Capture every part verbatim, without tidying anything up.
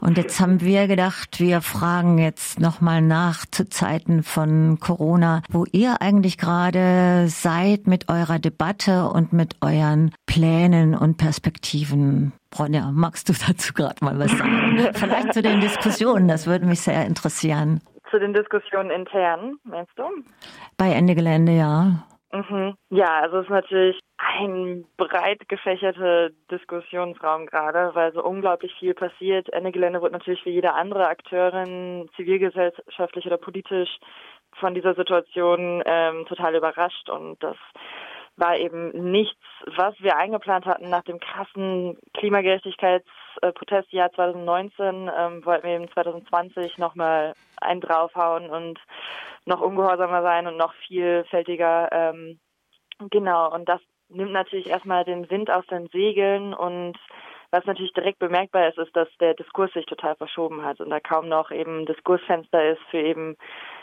Und jetzt haben wir gedacht, wir fragen jetzt nochmal nach zu Zeiten von Corona, wo ihr eigentlich gerade seid mit eurer Debatte und mit euren Plänen und Perspektiven. Ronja, magst du dazu gerade mal was sagen? Vielleicht zu den Diskussionen, das würde mich sehr interessieren. Zu den Diskussionen intern, meinst du? Bei Ende Gelände, ja. Mhm. Ja, also es ist natürlich ein breit gefächerter Diskussionsraum gerade, weil so unglaublich viel passiert. Ende Gelände wird natürlich wie jede andere Akteurin, zivilgesellschaftlich oder politisch, von dieser Situation ähm, total überrascht. Und das war eben nichts, was wir eingeplant hatten nach dem krassen Klimagerechtigkeitsprotestjahr zwanzig neunzehn. Ähm, wollten wir eben zwanzig zwanzig nochmal einen draufhauen und noch ungehorsamer sein und noch vielfältiger. Ähm, genau, und das nimmt natürlich erstmal den Wind aus den Segeln, und was natürlich direkt bemerkbar ist, ist, dass der Diskurs sich total verschoben hat und da kaum noch eben ein Diskursfenster ist für eben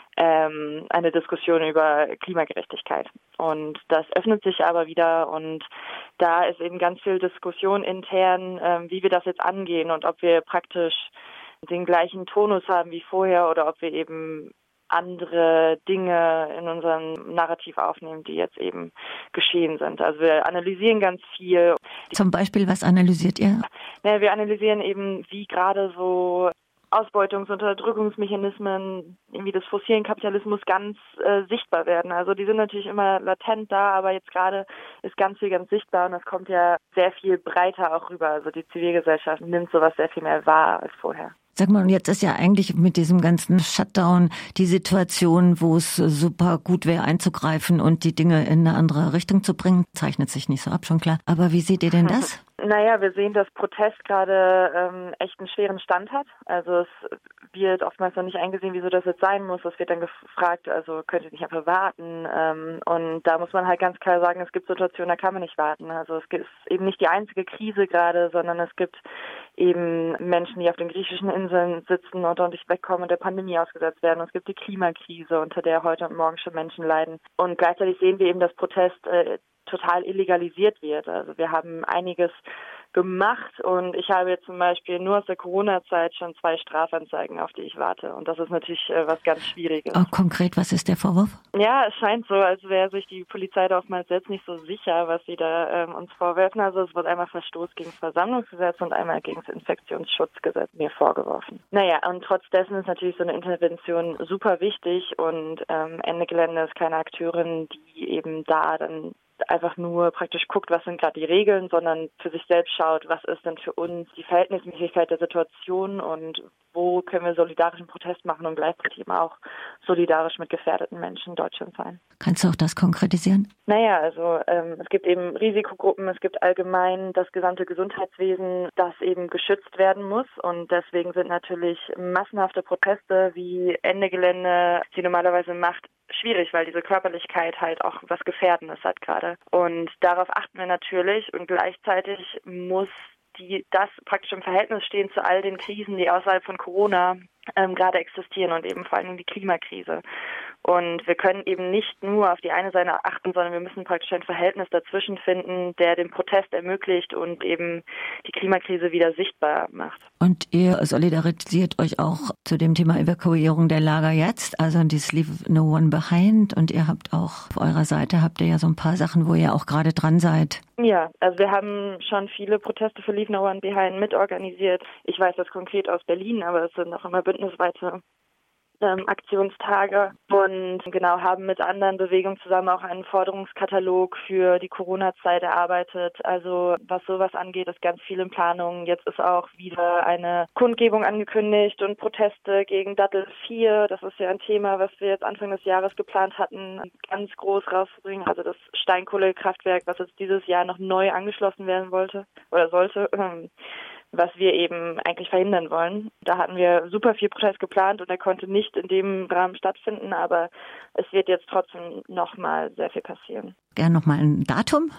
ähm, eine Diskussion über Klimagerechtigkeit. Und das öffnet sich aber wieder, und da ist eben ganz viel Diskussion intern, ähm, wie wir das jetzt angehen und ob wir praktisch den gleichen Tonus haben wie vorher oder ob wir eben andere Dinge in unserem Narrativ aufnehmen, die jetzt eben geschehen sind. Also wir analysieren ganz viel. Zum Beispiel, was analysiert ihr? Naja, wir analysieren eben, wie gerade so Ausbeutungs- und Unterdrückungsmechanismen irgendwie des fossilen Kapitalismus ganz äh, sichtbar werden. Also die sind natürlich immer latent da, aber jetzt gerade ist ganz viel ganz sichtbar, und das kommt ja sehr viel breiter auch rüber. Also die Zivilgesellschaft nimmt sowas sehr viel mehr wahr als vorher. Sag mal, und jetzt ist ja eigentlich mit diesem ganzen Shutdown die Situation, wo es super gut wäre einzugreifen und die Dinge in eine andere Richtung zu bringen. Zeichnet sich nicht so ab, schon klar. Aber wie seht ihr denn das? Naja, wir sehen, dass Protest gerade ähm, echt einen schweren Stand hat. Also es wird oftmals noch nicht eingesehen, wieso das jetzt sein muss. Es wird dann gefragt, also könnt ihr nicht einfach warten? Ähm, und da muss man halt ganz klar sagen, es gibt Situationen, da kann man nicht warten. Also es ist eben nicht die einzige Krise gerade, sondern es gibt eben Menschen, die auf den griechischen Inseln sitzen und dort nicht wegkommen und der Pandemie ausgesetzt werden. Und es gibt die Klimakrise, unter der heute und morgen schon Menschen leiden. Und gleichzeitig sehen wir eben, dass Protest äh, total illegalisiert wird. Also wir haben einiges gemacht, und ich habe jetzt zum Beispiel nur aus der Corona-Zeit schon zwei Strafanzeigen, auf die ich warte. Und das ist natürlich äh, was ganz Schwieriges. Oh, konkret, was ist der Vorwurf? Ja, es scheint so, als wäre sich die Polizei da oftmals selbst nicht so sicher, was sie da ähm, uns vorwerfen. Also es wird einmal Verstoß gegen das Versammlungsgesetz und einmal gegen das Infektionsschutzgesetz mir vorgeworfen. Naja, und trotz dessen ist natürlich so eine Intervention super wichtig, und ähm, Ende Gelände ist keine Akteurin, die eben da dann einfach nur praktisch guckt, was sind gerade die Regeln, sondern für sich selbst schaut, was ist denn für uns die Verhältnismäßigkeit der Situation und wo können wir solidarischen Protest machen und gleichzeitig eben auch solidarisch mit gefährdeten Menschen in Deutschland sein. Kannst du auch das konkretisieren? Naja, also ähm, es gibt eben Risikogruppen, es gibt allgemein das gesamte Gesundheitswesen, das eben geschützt werden muss, und deswegen sind natürlich massenhafte Proteste wie Ende Gelände, die normalerweise macht, schwierig, weil diese Körperlichkeit halt auch was Gefährdendes hat gerade. Und darauf achten wir natürlich, und gleichzeitig muss die das praktisch im Verhältnis stehen zu all den Krisen, die außerhalb von Corona ähm, gerade existieren, und eben vor allem die Klimakrise. Und wir können eben nicht nur auf die eine Seite achten, sondern wir müssen praktisch ein Verhältnis dazwischen finden, der den Protest ermöglicht und eben die Klimakrise wieder sichtbar macht. Und ihr solidarisiert euch auch zu dem Thema Evakuierung der Lager jetzt, also dieses Leave No One Behind, und ihr habt auch auf eurer Seite, habt ihr ja so ein paar Sachen, wo ihr auch gerade dran seid. Ja, also wir haben schon viele Proteste für Leave No One Behind mitorganisiert. Ich weiß das konkret aus Berlin, aber es sind auch immer bündnisweite ähm, Aktionstage, und genau haben mit anderen Bewegungen zusammen auch einen Forderungskatalog für die Corona-Zeit erarbeitet. Also was sowas angeht, ist ganz viel in Planung. Jetzt ist auch wieder eine Kundgebung angekündigt und Proteste gegen Dattel vier. Das ist ja ein Thema, was wir jetzt Anfang des Jahres geplant hatten, ganz groß rauszubringen. Also das Steinkohlekraftwerk, was jetzt dieses Jahr noch neu angeschlossen werden wollte oder sollte, ähm, was wir eben eigentlich verhindern wollen. Da hatten wir super viel Protest geplant, und er konnte nicht in dem Rahmen stattfinden, aber es wird jetzt trotzdem nochmal sehr viel passieren. Gerne nochmal ein Datum?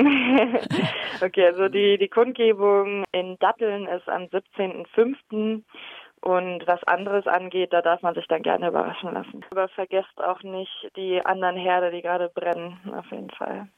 Okay, also die, die Kundgebung in Datteln ist am siebzehnten fünften Und was anderes angeht, da darf man sich dann gerne überraschen lassen. Aber vergesst auch nicht die anderen Herde, die gerade brennen, auf jeden Fall.